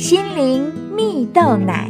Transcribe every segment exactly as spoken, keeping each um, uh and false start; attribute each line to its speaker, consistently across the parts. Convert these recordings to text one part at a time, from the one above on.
Speaker 1: 心灵蜜豆奶。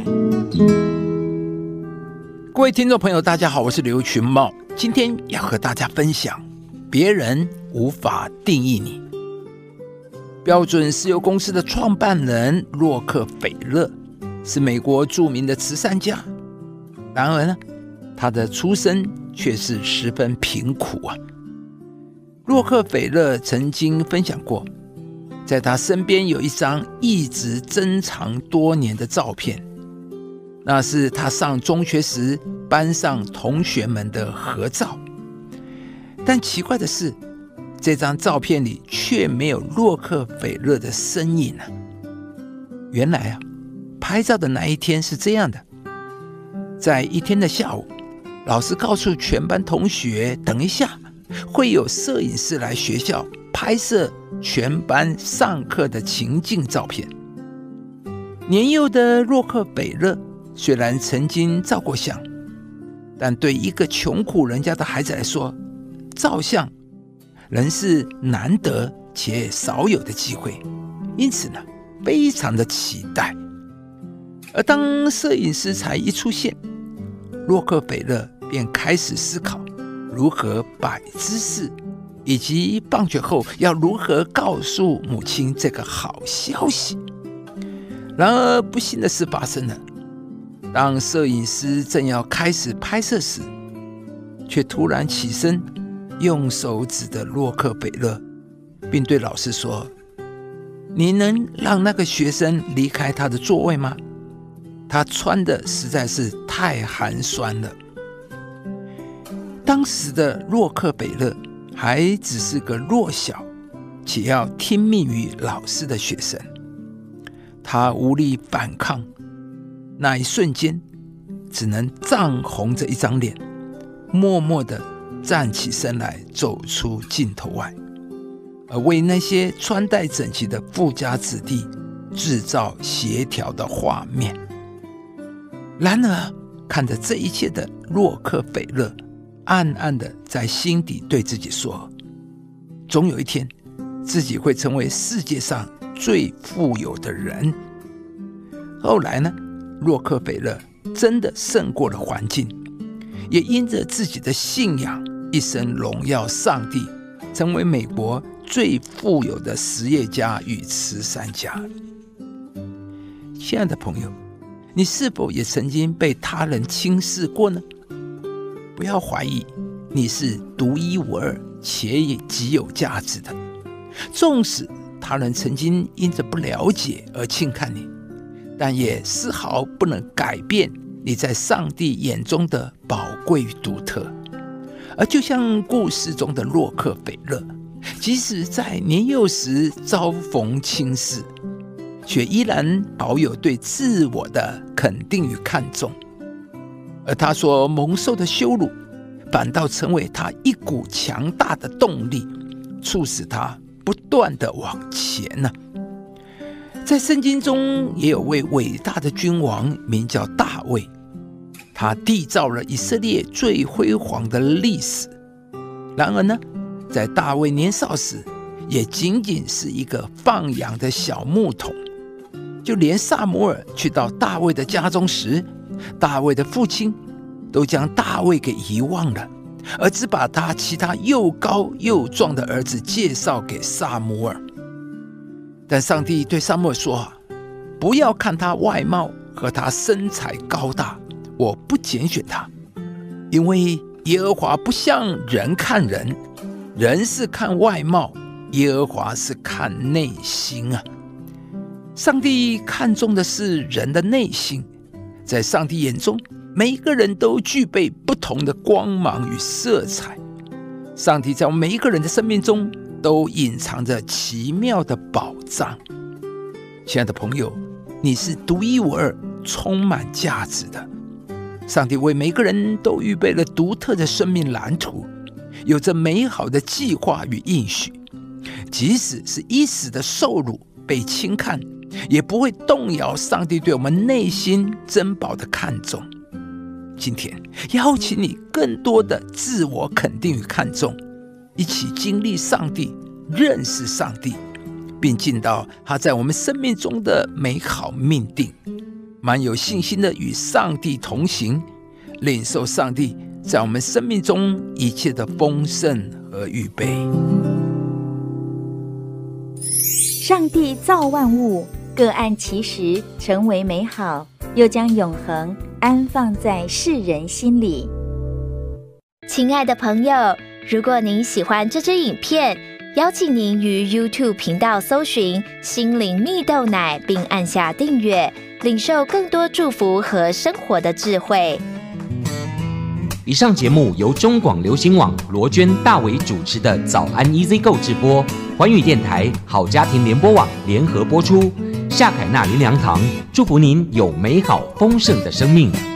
Speaker 2: 各位听众朋友大家好，我是刘群茂，今天要和大家分享别人无法定义你。标准石油公司的创办人洛克菲勒是美国著名的慈善家，然而呢，他的出身却是十分贫苦啊。洛克菲勒曾经分享过，在他身边有一张一直珍藏多年的照片，那是他上中学时班上同学们的合照。但奇怪的是，这张照片里却没有洛克菲勒的身影啊。原来啊，拍照的那一天是这样的：在一天的下午，老师告诉全班同学，等一下会有摄影师来学校拍摄全班上课的情境照片。年幼的洛克菲勒虽然曾经照过相，但对一个穷苦人家的孩子来说，照相仍是难得且少有的机会，因此呢，非常的期待。而当摄影师才一出现，洛克菲勒便开始思考如何摆姿势，以及放学后要如何告诉母亲这个好消息。然而不幸的事发生了，当摄影师正要开始拍摄时，却突然起身，用手指着洛克菲勒，并对老师说：你能让那个学生离开他的座位吗？他穿的实在是太寒酸了。当时的洛克菲勒还只是个弱小且要听命于老师的学生，他无力反抗，那一瞬间只能涨红着一张脸，默默地站起身来，走出镜头外，而为那些穿戴整齐的富家子弟制造协调的画面。然而看着这一切的洛克菲勒暗暗的在心底对自己说，总有一天自己会成为世界上最富有的人。后来呢，洛克菲勒真的胜过了环境，也因着自己的信仰，一生荣耀上帝，成为美国最富有的实业家与慈善家。亲爱的朋友，你是否也曾经被他人轻视过呢？不要怀疑，你是独一无二且也极有价值的。纵使他人曾经因着不了解而轻看你，但也丝毫不能改变你在上帝眼中的宝贵与独特。而就像故事中的洛克菲勒，即使在年幼时遭逢轻视，却依然保有对自我的肯定与看重。而他所蒙受的羞辱，反倒成为他一股强大的动力，促使他不断地往前呢、啊。在圣经中也有位伟大的君王，名叫大卫，他缔造了以色列最辉煌的历史。然而呢，在大卫年少时，也仅仅是一个放羊的小牧童。就连撒母耳去到大卫的家中时，大卫的父亲都将大卫给遗忘了，而只把他其他又高又壮的儿子介绍给撒母耳。但上帝对撒母耳说，不要看他外貌和他身材高大，我不拣选他，因为耶和华不像人看人，人是看外貌，耶和华是看内心啊。上帝看重的是人的内心，在上帝眼中，每一个人都具备不同的光芒与色彩。上帝在每一个人的生命中都隐藏着奇妙的宝藏。亲爱的朋友，你是独一无二、充满价值的。上帝为每个人都预备了独特的生命蓝图，有着美好的计划与应许。即使是一时的受辱、被轻看，也不会动摇上帝对我们内心珍宝的看重。今天邀请你更多的自我肯定与看重，一起经历上帝，认识上帝， 并尽到他在我们生命中的美好命定，蛮有信心的与上帝同行，领受上帝在我们生命中一切的丰盛和预备。
Speaker 1: 上帝造万物，各按其时成为美好，又将永恒安放在世人心里。
Speaker 3: 亲爱的朋友，如果您喜欢这支影片，邀请您于 YouTube 频道搜寻心灵蜜豆奶，并按下订阅，领受更多祝福和生活的智慧。
Speaker 4: 以上节目由中广流行网罗娟、大伟主持的早安 E Z Go 直播，环宇电台、好家庭联播网联合播出。夏凯纳林良堂祝福您有美好丰盛的生命。